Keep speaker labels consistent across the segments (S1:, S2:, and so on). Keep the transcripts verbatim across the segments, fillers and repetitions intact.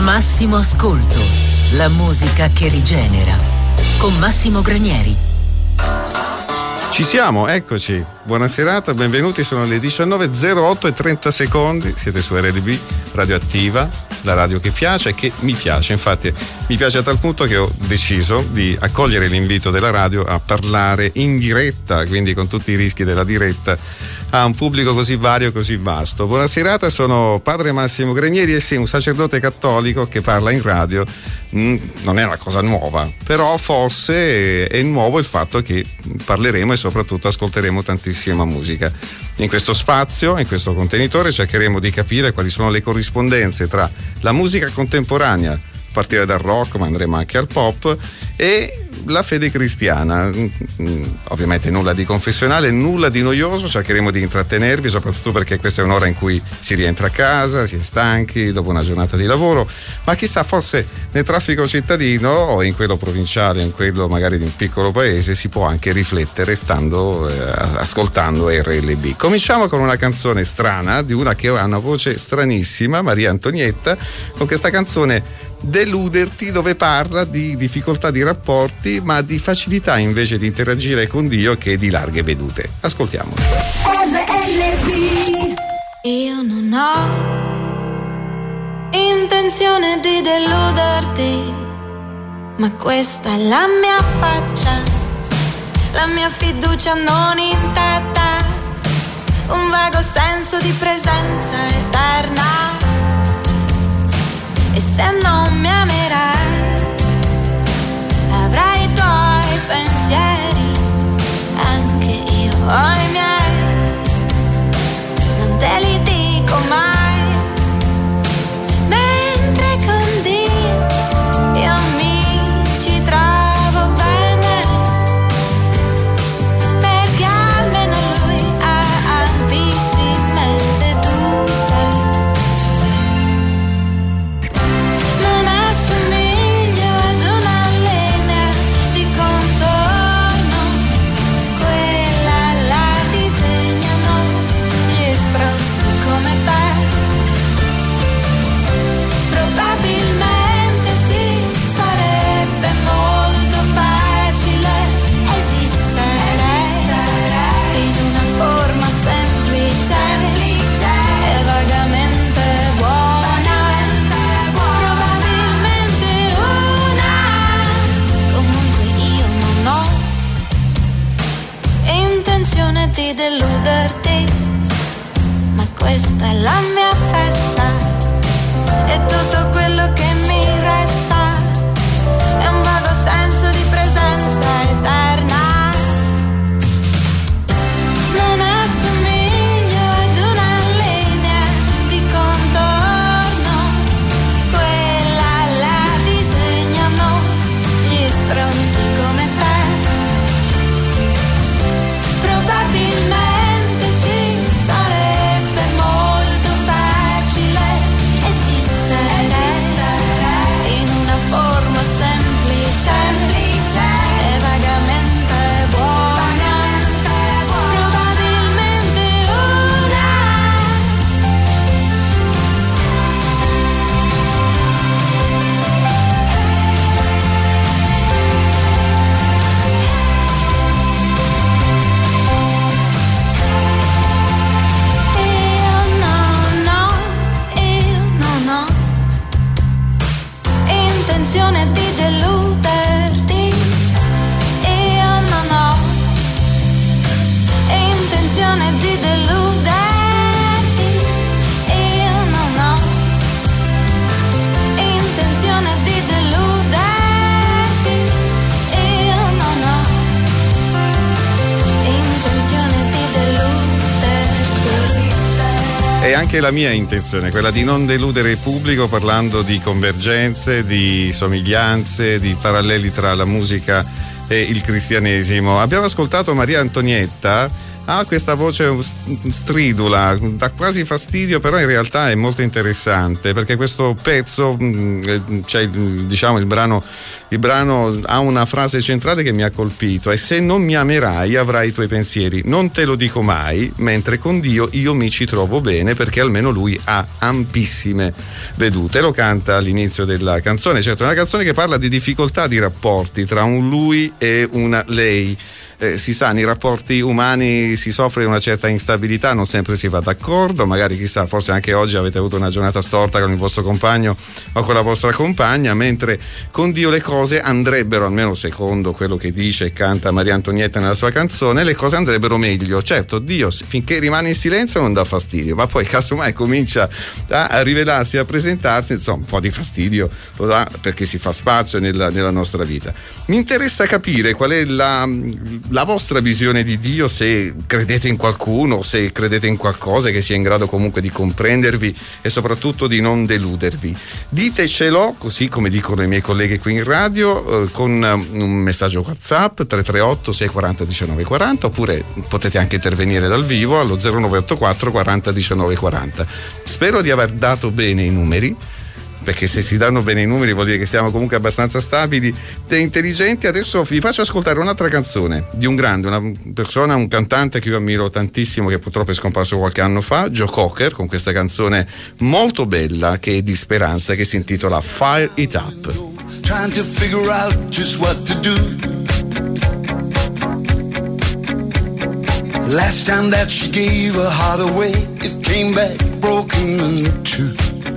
S1: Massimo Ascolto, la musica che rigenera. Con Massimo Granieri.
S2: Ci siamo, eccoci. Buona serata, benvenuti. Sono le diciannove e zero otto e trenta secondi. Siete su R D B, Radioattiva, la radio che piace e che mi piace. Infatti mi piace a tal punto che ho deciso di accogliere l'invito della radio a parlare in diretta, quindi con tutti i rischi della diretta, a un pubblico così vario, così vasto. Buona serata, sono padre Massimo Granieri e sì, un sacerdote cattolico che parla in radio. Mm, non è una cosa nuova, però forse è nuovo il fatto che parleremo e soprattutto ascolteremo tantissima musica. In questo spazio, in questo contenitore, cercheremo di capire quali sono le corrispondenze tra la musica contemporanea, a partire dal rock, ma andremo anche al pop, e la fede cristiana. Ovviamente nulla di confessionale, nulla di noioso, cercheremo di intrattenervi, soprattutto perché questa è un'ora in cui si rientra a casa, si è stanchi dopo una giornata di lavoro, ma chissà, forse nel traffico cittadino o in quello provinciale, in quello magari di un piccolo paese, si può anche riflettere stando eh, ascoltando R L B. Cominciamo con una canzone strana di una che ha una voce stranissima, Maria Antonietta, con questa canzone Deluderti, dove parla di difficoltà di rapporti, ma di facilità invece di interagire con Dio che di larghe vedute. Ascoltiamo.
S3: R L B. Io non ho intenzione di deluderti, ma questa è la mia faccia, la mia fiducia non intetta, un vago senso di presenza eterna. E se non mi amerai, avrai i tuoi pensieri, anche io ho i miei, non te li dico mai, mentre con Dio io mi ci trovo bene, perché almeno Lui ha altissime vedute. Di deluderti, ma questa è la mia festa e tutto quello che mi resta è un vago senso di presenza eterna. Non assomiglio ad una linea di contorno, quella la disegnano gli stronzi come te. Probabilmente sì, sarebbe molto facile esistere in una forma semplice, semplice e vagamente buona, probabilmente una. Intenzione di deluderti, io non ho intenzione di deluderti, io non ho intenzione di deluderti, io non ho intenzione di deluderti.
S2: È anche la mia intenzione, quella di non deludere il pubblico parlando di convergenze, di somiglianze, di paralleli tra la musica e il cristianesimo. Abbiamo ascoltato Maria Antonietta ha questa voce stridula, dà quasi fastidio, però in realtà è molto interessante, perché questo pezzo, cioè, diciamo il brano il brano ha una frase centrale che mi ha colpito: e se non mi amerai avrai i tuoi pensieri, non te lo dico mai, mentre con Dio io mi ci trovo bene, perché almeno lui ha ampissime vedute. Lo canta all'inizio della canzone. Certo, è una canzone che parla di difficoltà di rapporti tra un lui e una lei. Eh, si sa, nei rapporti umani si soffre di una certa instabilità, non sempre si va d'accordo, magari chissà, forse anche oggi avete avuto una giornata storta con il vostro compagno o con la vostra compagna, mentre con Dio le cose andrebbero, almeno secondo quello che dice e canta Maria Antonietta nella sua canzone, le cose andrebbero meglio. Certo, Dio finché rimane in silenzio non dà fastidio, ma poi casomai comincia a rivelarsi, a presentarsi, insomma un po' di fastidio lo dà, perché si fa spazio nella, nella nostra vita. Mi interessa capire qual è la la vostra visione di Dio, se credete in qualcuno, se credete in qualcosa che sia in grado comunque di comprendervi e soprattutto di non deludervi. Ditecelo, così come dicono i miei colleghi qui in radio, eh, con un messaggio WhatsApp tre tre otto sei quattro zero uno nove quattro zero, oppure potete anche intervenire dal vivo allo zero nove otto quattro quaranta diciannove quaranta. Spero di aver dato bene i numeri, perché se si danno bene i numeri vuol dire che siamo comunque abbastanza stabili e intelligenti. Adesso vi faccio ascoltare un'altra canzone di un grande, una persona, un cantante che io ammiro tantissimo, che purtroppo è scomparso qualche anno fa, Joe Cocker, con questa canzone molto bella che è di speranza, che si intitola Fire It Up.
S4: Trying to figure out just what to do. Last time that she gave her heart away, it came back broken in two.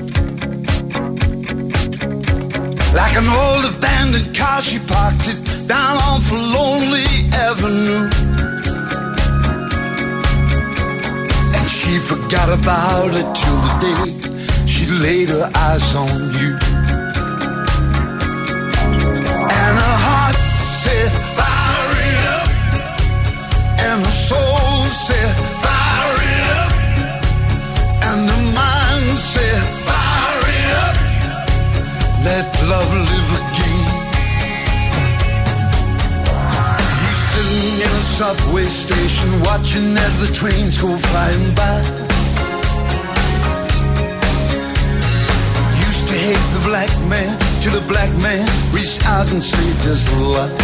S4: Like an old abandoned car, she parked it down off a lonely avenue. And she forgot about it till the day she laid her eyes on you. And her heart said, fire it up. And her soul said, fire it up. And her mind said, fire it up. Let love live again. You sitting in a subway station, watching as the trains go flying by. Used to hate the black man, till the black man reached out and saved his life.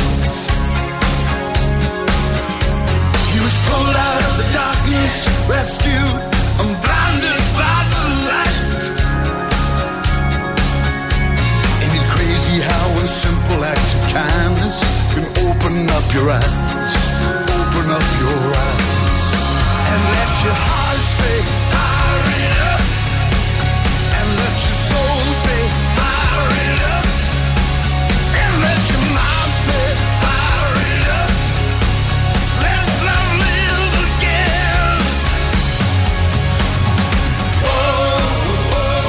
S4: He was pulled out of the darkness, rescued and blinded by the light. How a simple act of kindness can open up your eyes, open up your eyes, and let your heart say, fire it up, and let your soul say, fire it up, and let your mind say, fire it up, let love live again. Oh, oh, oh.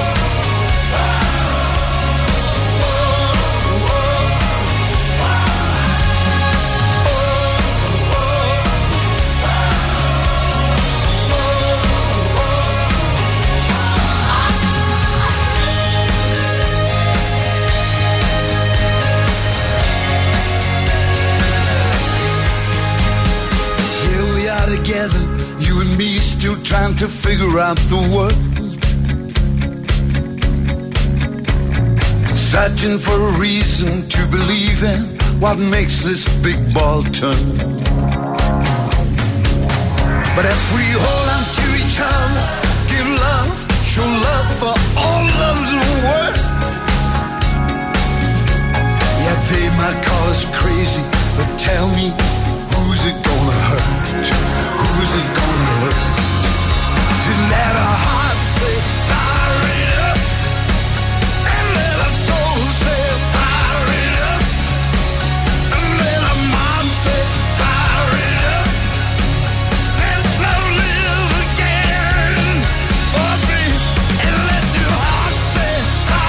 S4: Together, you and me still trying to figure out the world, searching for a reason to believe in what makes this big ball turn. But if we hold on to each other, give love, show love for all love's worth. Yeah, they might call us crazy, but tell me, who's it gonna hurt? Who's it gonna hurt? To let our hearts say, fire it up, and let our souls say, fire it up, and let our minds say, fire it up. Let love live again. Oh, baby, and let your heart say, fire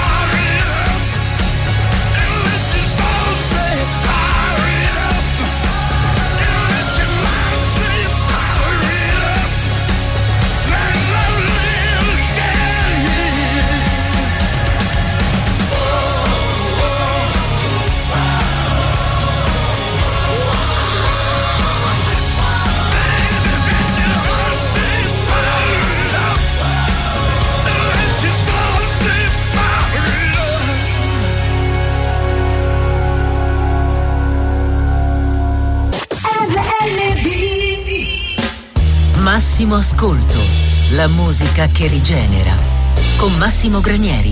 S1: massimo ascolto, la musica che rigenera. Con Massimo Granieri.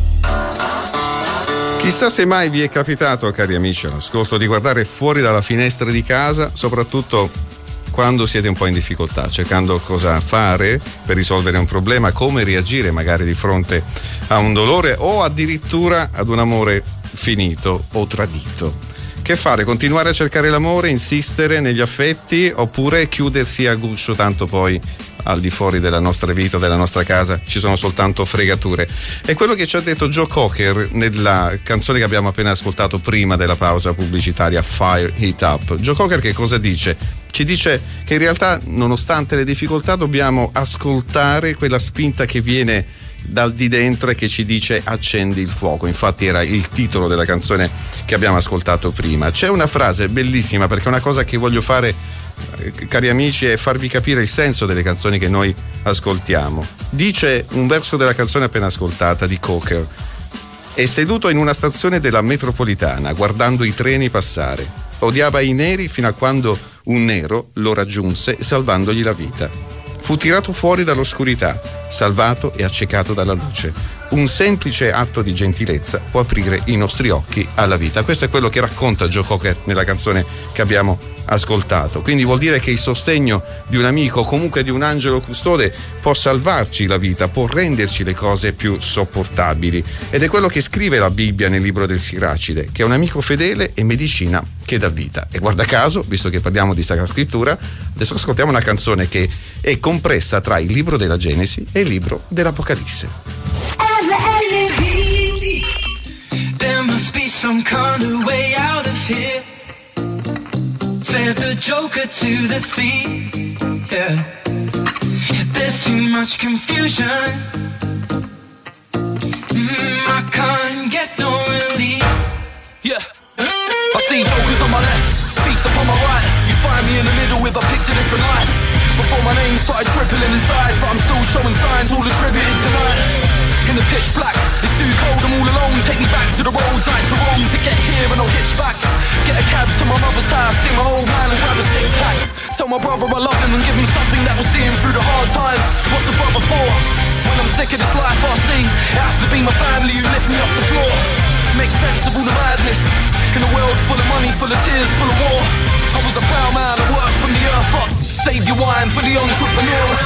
S2: Chissà se mai vi è capitato, cari amici all'ascolto, di guardare fuori dalla finestra di casa, soprattutto quando siete un po' in difficoltà, cercando cosa fare per risolvere un problema, come reagire magari di fronte a un dolore o addirittura ad un amore finito o tradito. Che fare? Continuare a cercare l'amore, insistere negli affetti, oppure chiudersi a guscio, tanto poi al di fuori della nostra vita, della nostra casa ci sono soltanto fregature? È quello che ci ha detto Joe Cocker nella canzone che abbiamo appena ascoltato prima della pausa pubblicitaria, Fire It Up. Joe Cocker che cosa dice? Ci dice che in realtà, nonostante le difficoltà, dobbiamo ascoltare quella spinta che viene dal di dentro e che ci dice accendi il fuoco. Infatti era il titolo della canzone che abbiamo ascoltato prima. C'è una frase bellissima, perché una cosa che voglio fare, cari amici, è farvi capire il senso delle canzoni che noi ascoltiamo. Dice un verso della canzone appena ascoltata di Cocker: è seduto in una stazione della metropolitana guardando i treni passare. Odiava i neri fino a quando un nero lo raggiunse salvandogli la vita. Fu tirato fuori dall'oscurità, salvato e accecato dalla luce. Un semplice atto di gentilezza può aprire i nostri occhi alla vita. Questo è quello che racconta Joe Cocker nella canzone che abbiamo ascoltato. Quindi vuol dire che il sostegno di un amico o comunque di un angelo custode può salvarci la vita, può renderci le cose più sopportabili. Ed è quello che scrive la Bibbia nel libro del Siracide, che è un amico fedele e medicina che dà vita. E guarda caso, visto che parliamo di Sacra Scrittura, adesso ascoltiamo una canzone che è compressa tra il libro della Genesi e il libro dell'Apocalisse.
S5: There must be some kind of way out of here, said the Joker to the thief. Yeah, there's too much confusion. Mm, I can't get no relief.
S6: Yeah, I see jokers on my left, thieves upon my right. You find me in the middle with a picture different life. Before my name started tripping inside, but I'm still showing signs, all attributed tonight. In the pitch black, it's too cold, I'm all alone. Take me back to the roadside to Rome to get here and I'll hitch back. Get a cab to my mother's house, see my old man and grab a six pack. Tell my brother I love him and give him something that will see him through the hard times. What's a brother for? When I'm sick of this life I see, it has to be my family who lift me off the floor. Make sense of all the madness in a world full of money, full of tears, full of war. I was a plowman, I worked from the earth up. Save your wine for the entrepreneurs.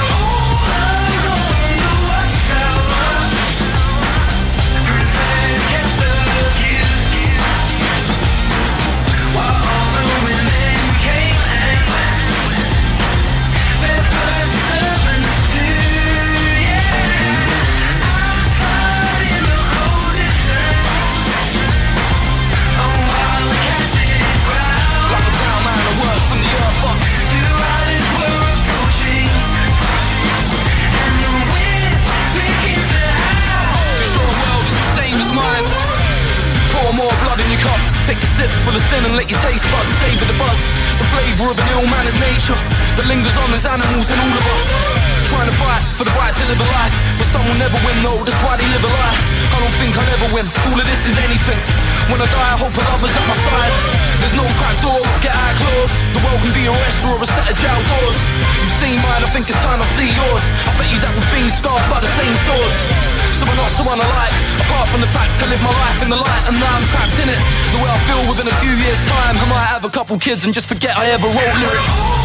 S6: More blood in your cup. Take a sip full of sin and let your taste buds savor the buzz. The flavour of an ill-mannered nature that lingers on as animals in all of us. Trying to fight for the right to live a life, but some will never win though, that's why they live a lie. I don't think I'll ever win, all of this is anything. When I die I hope a lover's at my side. There's no trapdoor, get out clause. The world can be a restaurant or a set of jail doors. You've seen mine, I think it's time I see yours. I bet you that we've been scarred by the same swords. So we're not so unalike, apart from the fact I live my life in the light and now I'm trapped in it. The way I feel within a few years time, I might have a couple kids and just forget I ever wrote lyrics.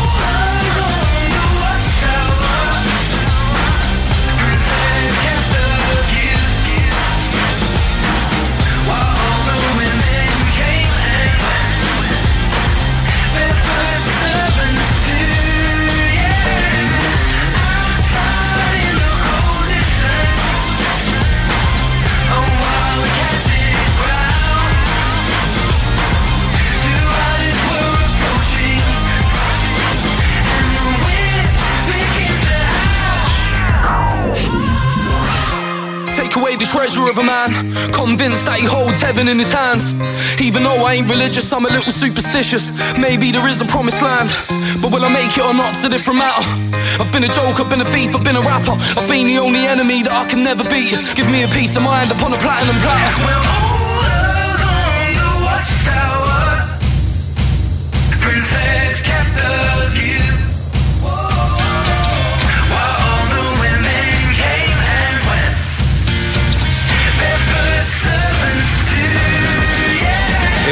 S6: Away the treasure of a man, convinced that he holds heaven in his hands. Even though I ain't religious, I'm a little superstitious. Maybe there is a promised land, but will I make it or not, it's a different matter. I've been a joke, I've been a thief, I've been a rapper. I've been the only enemy that I can never beat. Give me a peace of mind upon a platinum platter.
S5: We're all along the watchtower, princess kept of you.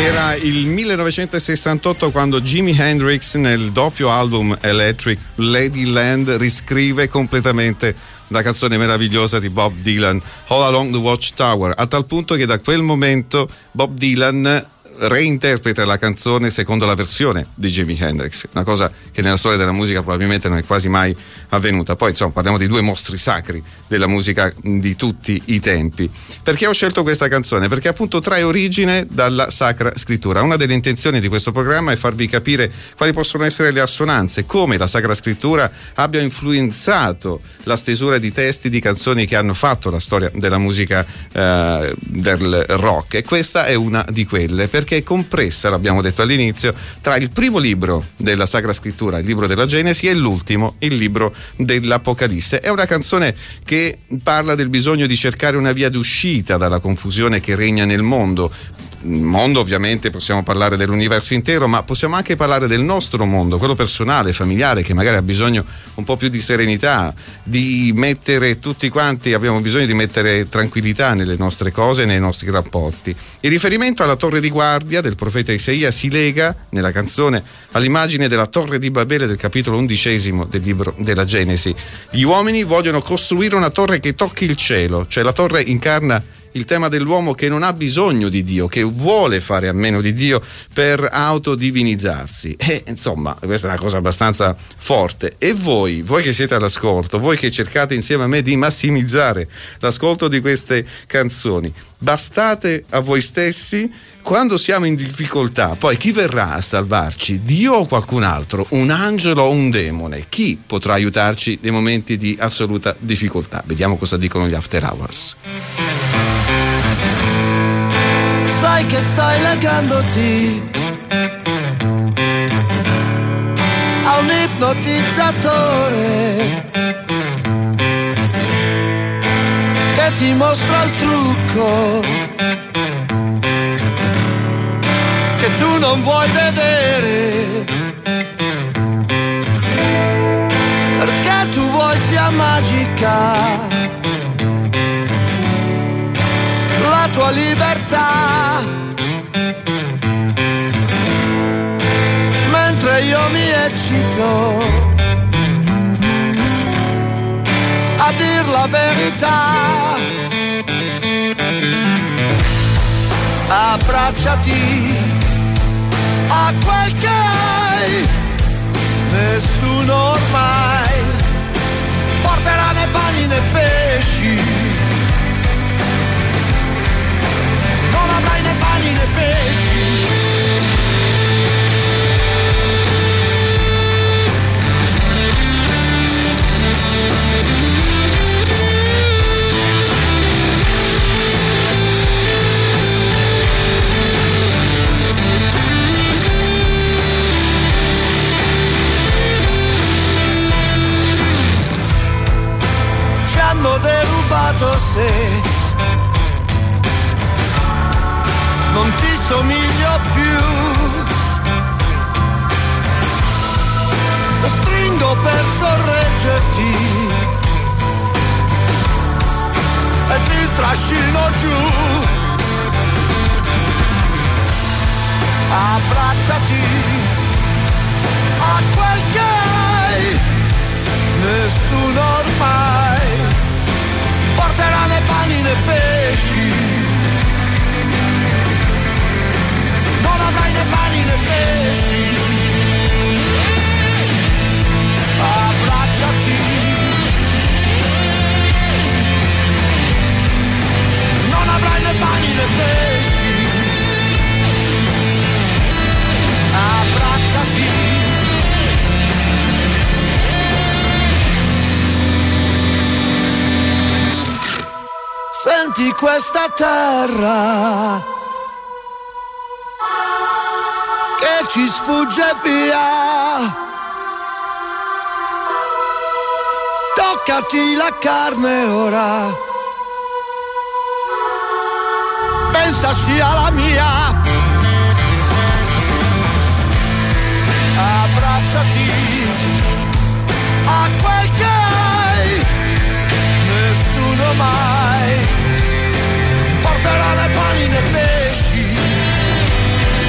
S2: Era il millenovecentosessantotto quando Jimi Hendrix nel doppio album Electric Ladyland riscrive completamente una canzone meravigliosa di Bob Dylan, All Along the Watchtower, a tal punto che da quel momento Bob Dylan reinterpreta la canzone secondo la versione di Jimi Hendrix, una cosa che nella storia della musica probabilmente non è quasi mai avvenuta. Poi insomma parliamo di due mostri sacri della musica di tutti i tempi. Perché ho scelto questa canzone? Perché appunto trae origine dalla Sacra Scrittura. Una delle intenzioni di questo programma è farvi capire quali possono essere le assonanze, come la Sacra Scrittura abbia influenzato la stesura di testi di canzoni che hanno fatto la storia della musica eh, del rock, e questa è una di quelle, perché è compressa, l'abbiamo detto all'inizio, tra il primo libro della Sacra Scrittura, il libro della Genesi, e l'ultimo, il libro dell'Apocalisse. È una canzone che parla del bisogno di cercare una via d'uscita dalla confusione che regna nel mondo. Mondo, ovviamente possiamo parlare dell'universo intero, ma possiamo anche parlare del nostro mondo, quello personale, familiare, che magari ha bisogno un po' più di serenità, di mettere tutti quanti, abbiamo bisogno di mettere tranquillità nelle nostre cose, nei nostri rapporti. Il riferimento alla torre di guardia del profeta Isaia si lega nella canzone all'immagine della torre di Babele del capitolo undicesimo del libro della Genesi. Gli uomini vogliono costruire una torre che tocchi il cielo, cioè la torre incarna il tema dell'uomo che non ha bisogno di Dio, che vuole fare a meno di Dio per autodivinizzarsi. E insomma, questa è una cosa abbastanza forte. E voi, voi che siete all'ascolto, voi che cercate insieme a me di massimizzare l'ascolto di queste canzoni, bastate a voi stessi quando siamo in difficoltà. Poi chi verrà a salvarci? Dio o qualcun altro? Un angelo o un demone? Chi potrà aiutarci nei momenti di assoluta difficoltà? Vediamo cosa dicono gli After Hours.
S7: Sai che stai legandoti a un ipnotizzatore che ti mostra il trucco che tu non vuoi vedere, perché tu vuoi sia magica la tua libertà, mentre io mi eccito a dir la verità. Abbracciati a quel che hai, nessuno ormai porterà né pani né pesci, non avrai né pani né pesci. Ci hanno derubato se non ti somiglio più, se stringo per sorreggerti e ti trascino giù. Abbracciati a quel che hai, nessuno ormai porterà né pani né pesci, non avrai né pani né pesci. Abbracciati, non avrai né pani né pesci. Abbracciati, senti questa terra che ci sfugge via, toccati la carne ora, pensa sia la mia. Abbracciati a quel che hai, nessuno mai porterà né pani né pesci,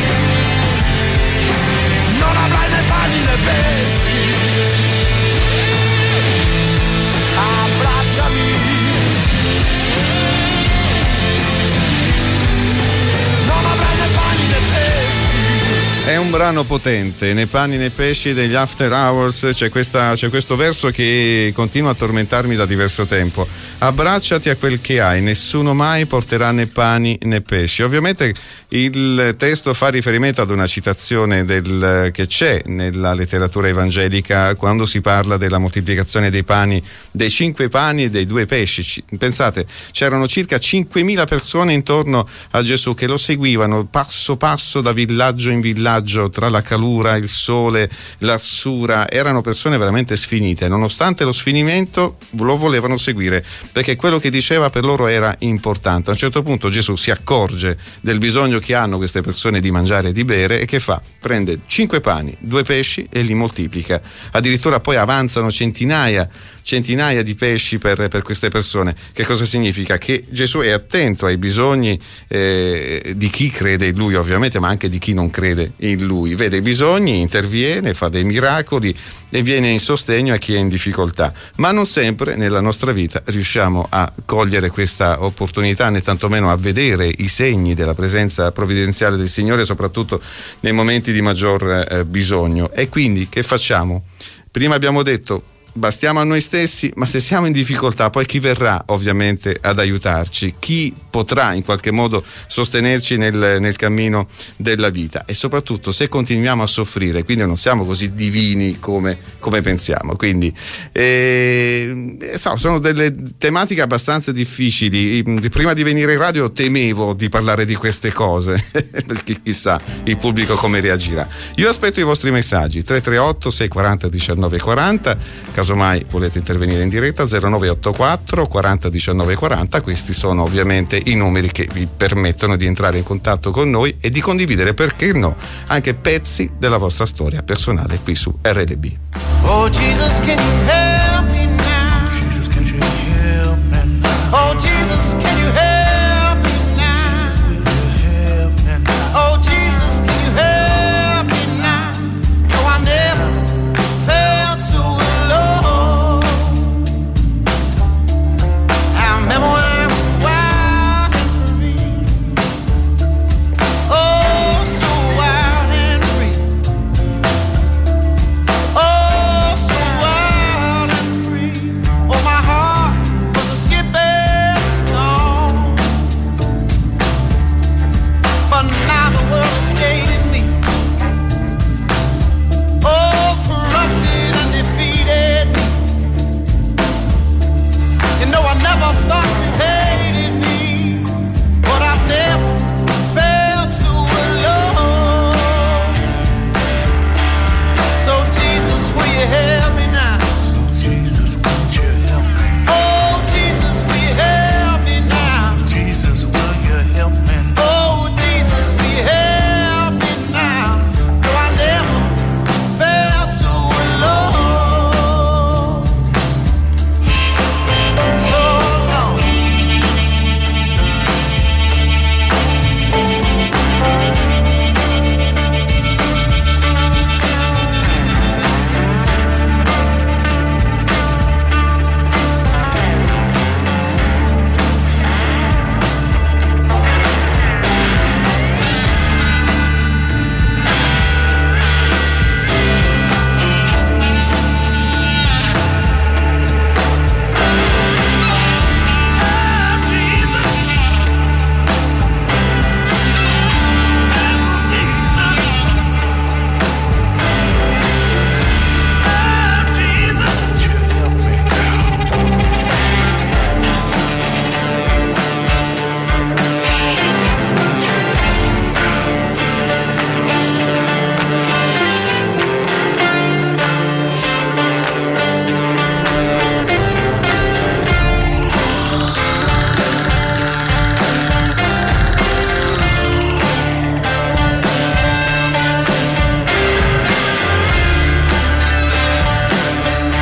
S2: un brano potente, né pani né pesci degli After Hours. C'è, questa, c'è questo verso che continua a tormentarmi da diverso tempo. Abbracciati a quel che hai, nessuno mai porterà né pani né pesci. Ovviamente il testo fa riferimento ad una citazione del, che c'è nella letteratura evangelica quando si parla della moltiplicazione dei pani, dei cinque pani e dei due pesci. Pensate, c'erano circa cinquemila persone intorno a Gesù che lo seguivano passo passo da villaggio in villaggio, tra la calura, il sole, l'arsura. Erano persone veramente sfinite, nonostante lo sfinimento lo volevano seguire perché quello che diceva per loro era importante. A un certo punto Gesù si accorge del bisogno che hanno queste persone di mangiare e di bere e che fa? Prende cinque pani, due pesci e li moltiplica. Addirittura poi avanzano centinaia centinaia di pesci per, per queste persone. Che cosa significa? Che Gesù è attento ai bisogni eh, di chi crede in Lui, ovviamente, ma anche di chi non crede in Lui. Vede i bisogni, interviene, fa dei miracoli e viene in sostegno a chi è in difficoltà. Ma non sempre nella nostra vita riusciamo a cogliere questa opportunità, né tantomeno a vedere i segni della presenza provvidenziale del Signore, soprattutto nei momenti di maggior eh, bisogno. E quindi che facciamo? Prima abbiamo detto bastiamo a noi stessi, ma se siamo in difficoltà poi chi verrà ovviamente ad aiutarci? Chi potrà in qualche modo sostenerci nel, nel cammino della vita? E soprattutto se continuiamo a soffrire, quindi non siamo così divini come, come pensiamo. Quindi eh, so, sono delle tematiche abbastanza difficili. Prima di venire in radio temevo di parlare di queste cose perché chissà il pubblico come reagirà. Io aspetto i vostri messaggi tre tre otto sei quattro zero diciannove quaranta, casomai volete intervenire in diretta zero nove otto quattro quaranta diciannove quaranta. Questi sono ovviamente i numeri che vi permettono di entrare in contatto con noi e di condividere, perché no, anche pezzi della vostra storia personale qui su R L B.
S7: Oh Jesus, can you help me now? Jesus, can you help me now? Oh Jesus, can you help me now? Jesus, will you help me now? Oh Jesus, can you help me now? No, I never felt so alone. I remember when I was wild and free. Oh, so wild and free. Oh, so wild and free. Oh, my heart was a skipping stone. But now the world has jaded me. Oh, corrupted and defeated me. You know I never thought you hated me, but I've never felt so alone. So Jesus, will you help me now? So Jesus, won't you help me? Oh Jesus, will you help me now? Jesus, will you help me? Oh Jesus, will you help me now? No, I never felt so alone. So long.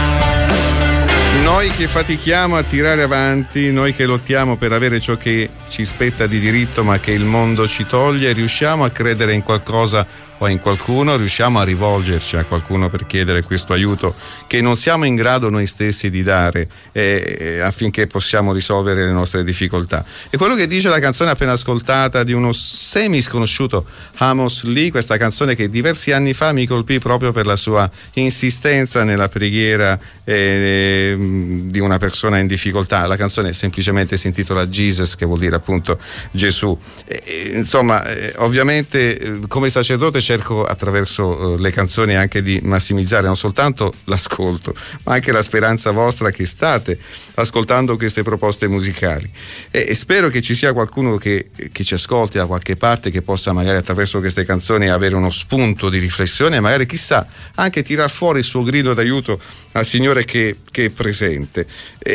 S2: Noi che fatichiamo a tirare avanti, noi che lottiamo per avere ciò che ci spetta di diritto ma che il mondo ci toglie, riusciamo a credere in qualcosa o in qualcuno, riusciamo a rivolgerci a qualcuno per chiedere questo aiuto che non siamo in grado noi stessi di dare eh, affinché possiamo risolvere le nostre difficoltà. E quello che dice la canzone appena ascoltata di uno semi sconosciuto Amos Lee, questa canzone che diversi anni fa mi colpì proprio per la sua insistenza nella preghiera eh, di una persona in difficoltà. La canzone semplicemente si intitola Jesus, che vuol dire appunto Gesù. E, insomma, eh, ovviamente eh, come sacerdote cerco attraverso uh, le canzoni anche di massimizzare non soltanto l'ascolto ma anche la speranza vostra che state ascoltando queste proposte musicali e, e spero che ci sia qualcuno che, che ci ascolti da qualche parte, che possa magari attraverso queste canzoni avere uno spunto di riflessione e magari chissà anche tirar fuori il suo grido d'aiuto al Signore che, che è presente.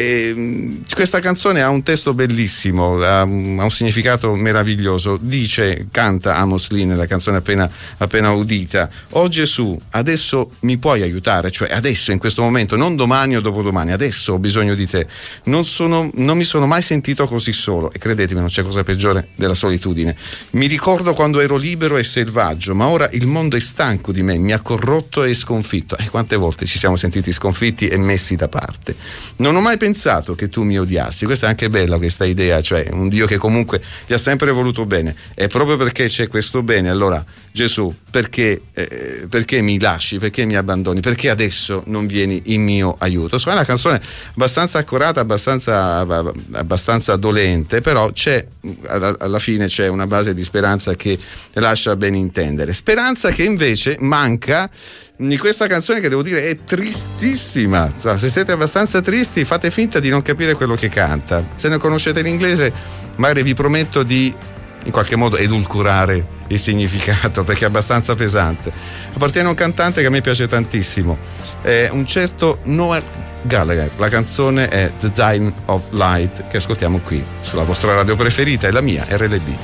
S2: E, questa canzone ha un testo bellissimo, ha un, ha un significato meraviglioso. Dice, canta Amos Lee nella canzone appena, appena udita: oh Gesù, adesso mi puoi aiutare, cioè adesso, in questo momento, non domani o dopodomani, adesso ho bisogno di te. Non, sono, non mi sono mai sentito così solo, e credetemi, non c'è cosa peggiore della solitudine. Mi ricordo quando ero libero e selvaggio, ma ora il mondo è stanco di me, mi ha corrotto e sconfitto. E quante volte ci siamo sentiti sconfitti e messi da parte. Non ho mai pensato che tu mi odiassi. Questa è anche bella, questa idea, cioè un Dio che comunque ti ha sempre voluto bene, e proprio perché c'è questo bene, allora Gesù, perché, eh, perché mi lasci, perché mi abbandoni, perché adesso non vieni in mio aiuto? Insomma, è una canzone abbastanza accurata, abbastanza, abbastanza dolente, però c'è, alla fine c'è una base di speranza che lascia ben intendere. Speranza che invece manca di questa canzone, che devo dire è tristissima. Se siete abbastanza tristi, fate finta di non capire quello che canta. Se ne conoscete l'inglese, magari vi prometto di in qualche modo edulcorare il significato, perché è abbastanza pesante. Appartiene a un cantante che a me piace tantissimo, è un certo Noel Gallagher. La canzone è The Dying of Light, che ascoltiamo qui sulla vostra radio preferita, e la mia R L B.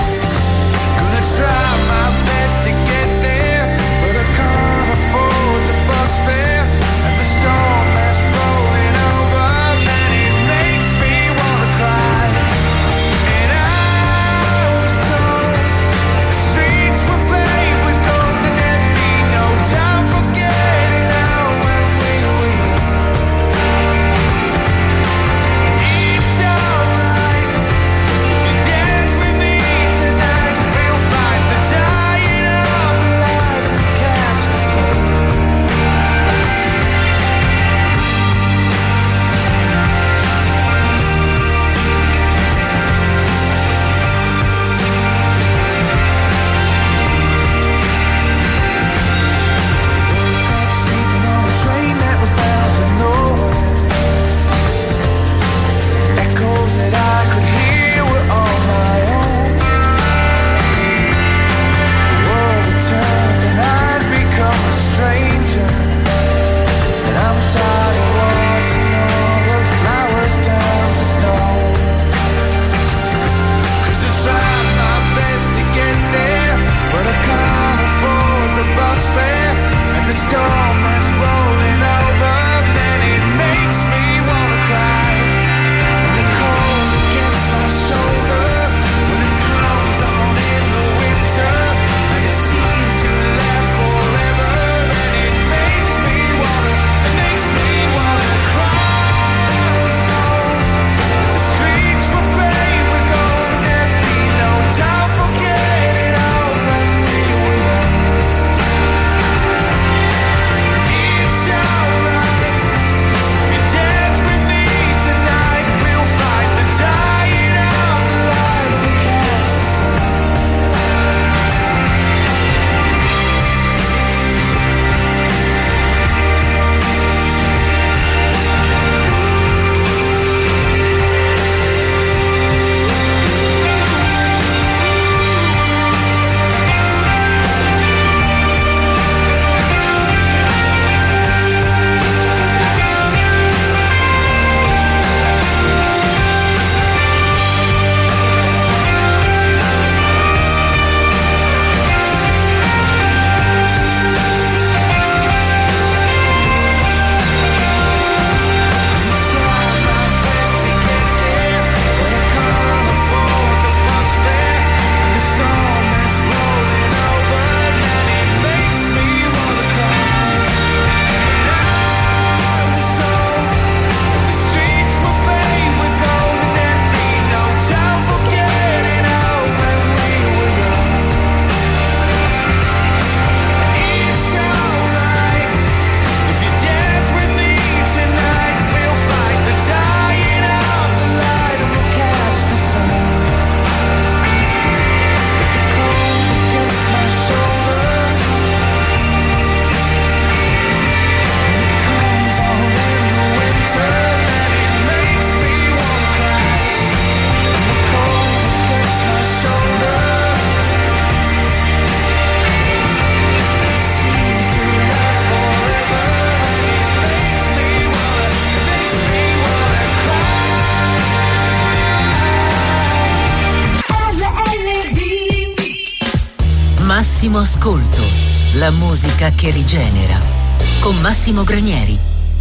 S7: Try my best to get there, but I can't afford the
S1: Massimo Ascolto, la musica che rigenera. Con Massimo Granieri.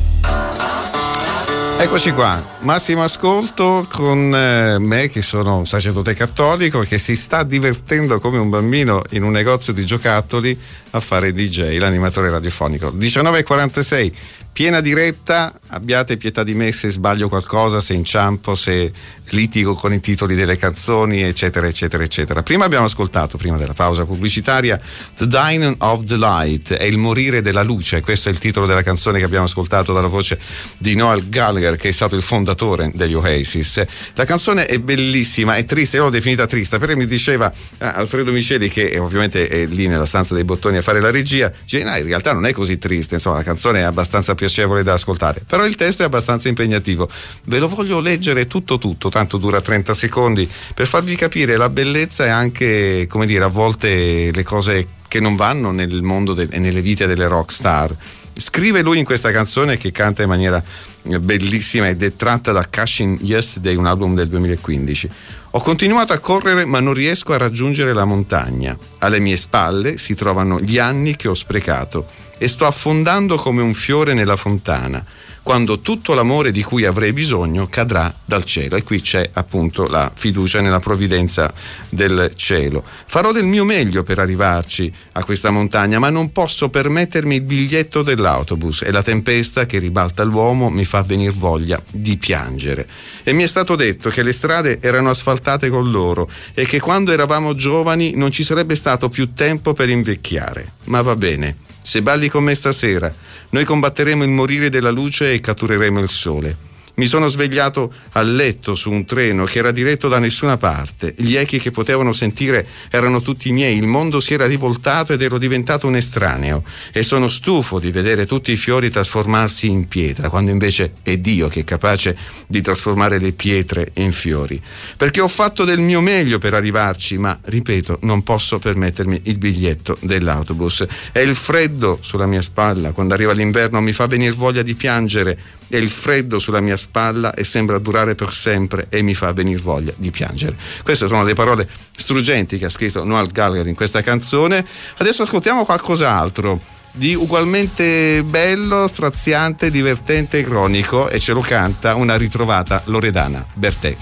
S2: Eccoci qua, Massimo Ascolto con eh, me che sono un sacerdote cattolico che si sta divertendo come un bambino in un negozio di giocattoli a fare D J, l'animatore radiofonico. diciannove e quarantasei, piena diretta, abbiate pietà di me se sbaglio qualcosa, se inciampo, se litigo con i titoli delle canzoni, eccetera, eccetera, eccetera. Prima abbiamo ascoltato, prima della pausa pubblicitaria, The Dying of the Light, è il morire della luce, questo è il titolo della canzone che abbiamo ascoltato dalla voce di Noel Gallagher, che è stato il fondatore degli Oasis. La canzone è bellissima, è triste, io l'ho definita triste, perché mi diceva eh, Alfredo Miceli, che ovviamente è lì nella stanza dei bottoni a fare la regia, dice, no, in realtà non è così triste, insomma la canzone è abbastanza piacevole da ascoltare, però il testo è abbastanza impegnativo. Ve lo voglio leggere tutto tutto, tanto dura trenta secondi, per farvi capire la bellezza e anche, come dire, a volte le cose che non vanno nel mondo de- e nelle vite delle rock star. Scrive lui in questa canzone, che canta in maniera bellissima ed è tratta da Cashing Yesterday, un album del duemilaquindici. Ho continuato a correre ma non riesco a raggiungere la montagna. Alle mie spalle si trovano gli anni che ho sprecato e sto affondando come un fiore nella fontana, quando tutto l'amore di cui avrei bisogno cadrà dal cielo. E qui c'è appunto la fiducia nella provvidenza del cielo. Farò del mio meglio per arrivarci a questa montagna, ma non posso permettermi il biglietto dell'autobus e la tempesta che ribalta l'uomo mi fa venir voglia di piangere. E mi è stato detto che le strade erano asfaltate con loro e che quando eravamo giovani non ci sarebbe stato più tempo per invecchiare. Ma va bene, se balli con me stasera, noi combatteremo il morire della luce e cattureremo il sole. Mi sono svegliato a letto su un treno che era diretto da nessuna parte. Gli echi che potevano sentire erano tutti miei. Il mondo si era rivoltato ed ero diventato un estraneo. E sono stufo di vedere tutti i fiori trasformarsi in pietra, quando invece è Dio che è capace di trasformare le pietre in fiori. Perché ho fatto del mio meglio per arrivarci, ma, ripeto, non posso permettermi il biglietto dell'autobus. È il freddo sulla mia spalla. Quando arriva l'inverno mi fa venir voglia di piangere. È il freddo sulla mia spalla e sembra durare per sempre e mi fa venir voglia di piangere. Queste sono le parole struggenti che ha scritto Noel Gallagher in questa canzone. Adesso ascoltiamo qualcos'altro di ugualmente bello, straziante, divertente e cronico, e ce lo canta una ritrovata Loredana Bertè.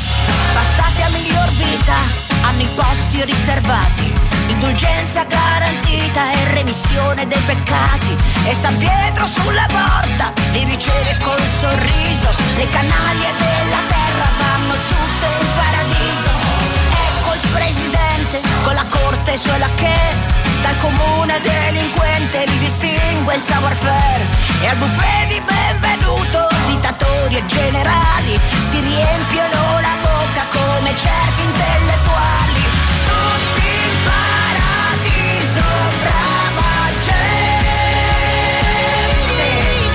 S8: Passati a miglior vita, hanno i posti riservati, indulgenza garantita e remissione dei peccati, e San Pietro sulla porta li riceve col sorriso, le canaglie della terra vanno tutte in paradiso. Ecco il presidente con la corte sulla che dal comune delinquente li distingue il savoir-faire, e al buffet di benvenuto dittatori e generali si riempiono la bocca come certi intellettuali. Tutti in paradiso, brava gente,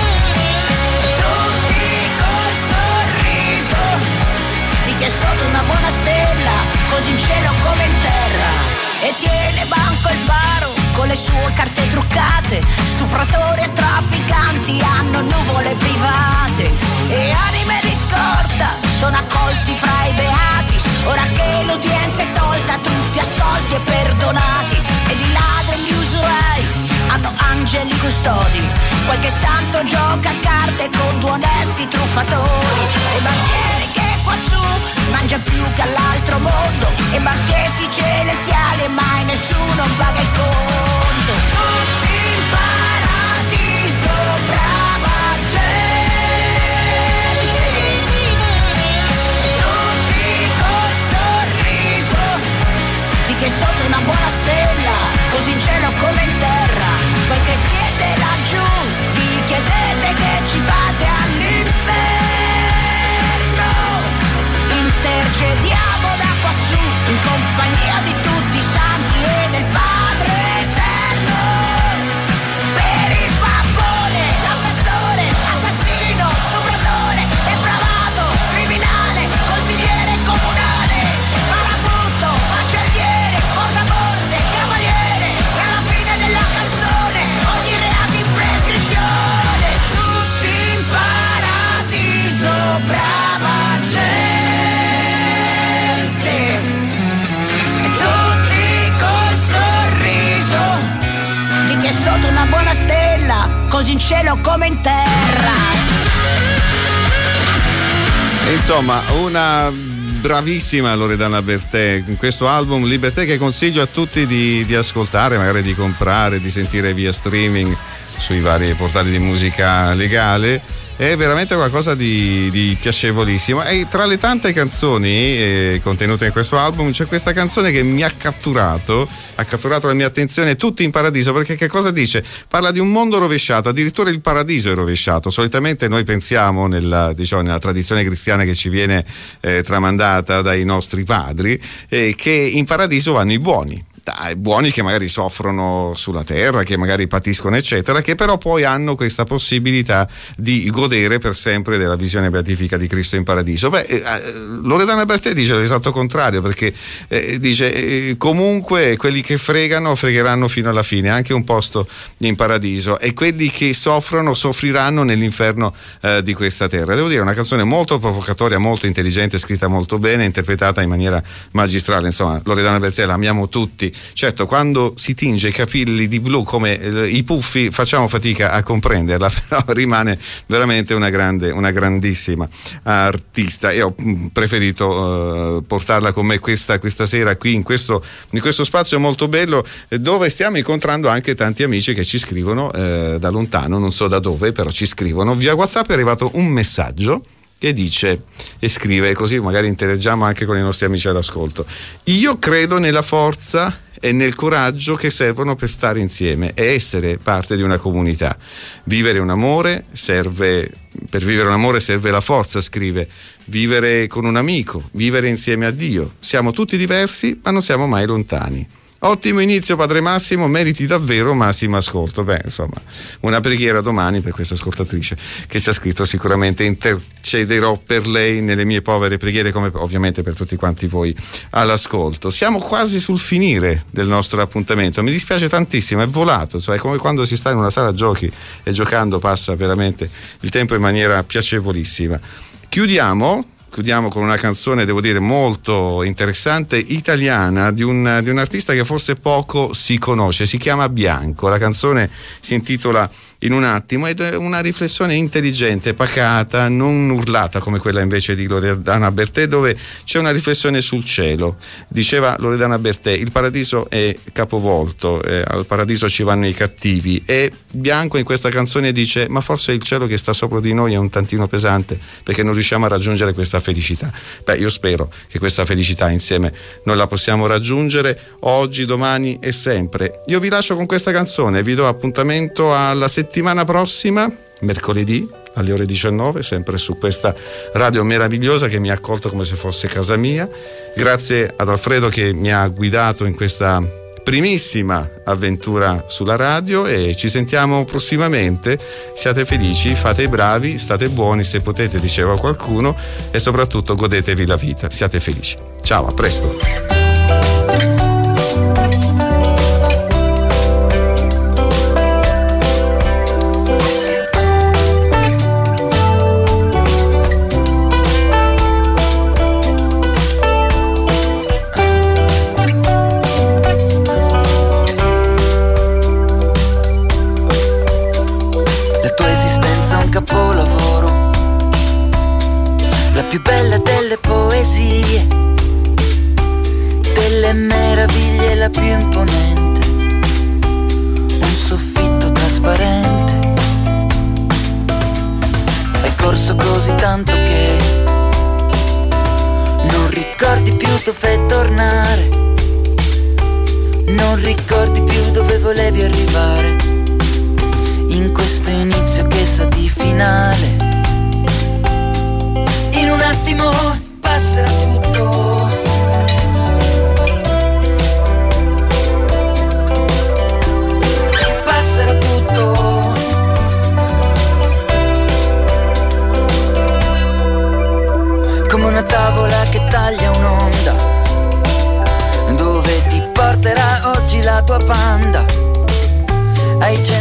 S8: tutti col sorriso di chi è sotto una buona stella, così in cielo come in terra. E tiene banco il baro con le sue carte truccate, stupratori e trafficanti hanno nuvole private, e anime di scorta sono accolti fra i beati, ora che l'udienza è tolta tutti assolti e perdonati, ed i ladri e gli usurai hanno angeli custodi, qualche santo gioca a carte contro onesti truffatori, e banchieri che quassù mangia più che all'altro mondo, e banchetti celestiali e mai nessuno paga il conto. Tutti in paradiso, brava gente, tutti col sorriso di chi è sotto una buona stella, così in cielo come in terra. Voi che siete laggiù vi chiedete che ci fate all'inferno, intercediamo da quassù in compagnia di tutti i santi e del Padre eterno. così in cielo come in terra.
S2: Insomma, una bravissima Loredana Bertè in questo album Liberté, che consiglio a tutti di, di ascoltare, magari di comprare, di sentire via streaming sui vari portali di musica legale. È veramente qualcosa di, di piacevolissimo, e tra le tante canzoni eh, contenute in questo album c'è questa canzone che mi ha catturato ha catturato la mia attenzione, Tutti in Paradiso, perché che cosa dice? Parla di un mondo rovesciato, addirittura il paradiso è rovesciato. Solitamente noi pensiamo nella, diciamo, nella tradizione cristiana che ci viene eh, tramandata dai nostri padri, eh, che in paradiso vanno i buoni, dai, buoni che magari soffrono sulla terra, che magari patiscono eccetera, che però poi hanno questa possibilità di godere per sempre della visione beatifica di Cristo in paradiso. Beh, eh, Loredana Bertè dice l'esatto contrario, perché eh, dice eh, comunque quelli che fregano fregheranno fino alla fine, anche un posto in paradiso, e quelli che soffrono soffriranno nell'inferno eh, di questa terra. Devo dire, una canzone molto provocatoria, molto intelligente, scritta molto bene, interpretata in maniera magistrale. Insomma, Loredana Bertè la amiamo tutti. Certo, quando si tinge i capelli di blu come eh, i puffi facciamo fatica a comprenderla, però rimane veramente una grande, una grandissima artista, e ho preferito eh, portarla con me questa, questa sera qui in questo, in questo spazio molto bello, eh, dove stiamo incontrando anche tanti amici che ci scrivono eh, da lontano, non so da dove, però ci scrivono. Via WhatsApp è arrivato un messaggio che dice e scrive, così magari interagiamo anche con i nostri amici all'ascolto: io credo nella forza e nel coraggio che servono per stare insieme e essere parte di una comunità. Vivere un amore serve, per vivere un amore serve la forza, scrive, vivere con un amico, vivere insieme a Dio. Siamo tutti diversi, ma non siamo mai lontani. Ottimo inizio, padre Massimo, meriti davvero massimo ascolto. Beh, insomma, una preghiera domani per questa ascoltatrice che ci ha scritto. Sicuramente intercederò per lei nelle mie povere preghiere, come ovviamente per tutti quanti voi all'ascolto. Siamo quasi sul finire del nostro appuntamento, mi dispiace tantissimo, è volato, cioè è come quando si sta in una sala giochi e giocando passa veramente il tempo in maniera piacevolissima. Chiudiamo Chiudiamo con una canzone, devo dire, molto interessante, italiana, di un, di un artista che forse poco si conosce, si chiama Bianco. La canzone si intitola In un attimo ed è una riflessione intelligente, pacata, non urlata come quella invece di Loredana Bertè, dove c'è una riflessione sul cielo. Diceva Loredana Bertè: il paradiso è capovolto, eh, al paradiso ci vanno i cattivi, e Bianco in questa canzone dice: ma forse il cielo che sta sopra di noi è un tantino pesante perché non riusciamo a raggiungere questa felicità. Beh, io spero che questa felicità insieme noi la possiamo raggiungere oggi, domani e sempre. Io vi lascio con questa canzone, vi do appuntamento alla settimana settimana prossima, mercoledì alle ore diciannove, sempre su questa radio meravigliosa che mi ha accolto come se fosse casa mia. Grazie ad Alfredo che mi ha guidato in questa primissima avventura sulla radio, e ci sentiamo prossimamente. Siate felici, fate i bravi, state buoni se potete, diceva qualcuno, e soprattutto godetevi la vita, siate felici. Ciao, a presto.
S9: Più bella delle poesie, delle meraviglie la più imponente, un soffitto trasparente. Hai corso così tanto che non ricordi più dove tornare, non ricordi più dove volevi arrivare, in questo inizio che sa di finale. In un attimo passerà tutto, passerà tutto, come una tavola che taglia un'onda, dove ti porterà oggi la tua panda. Hai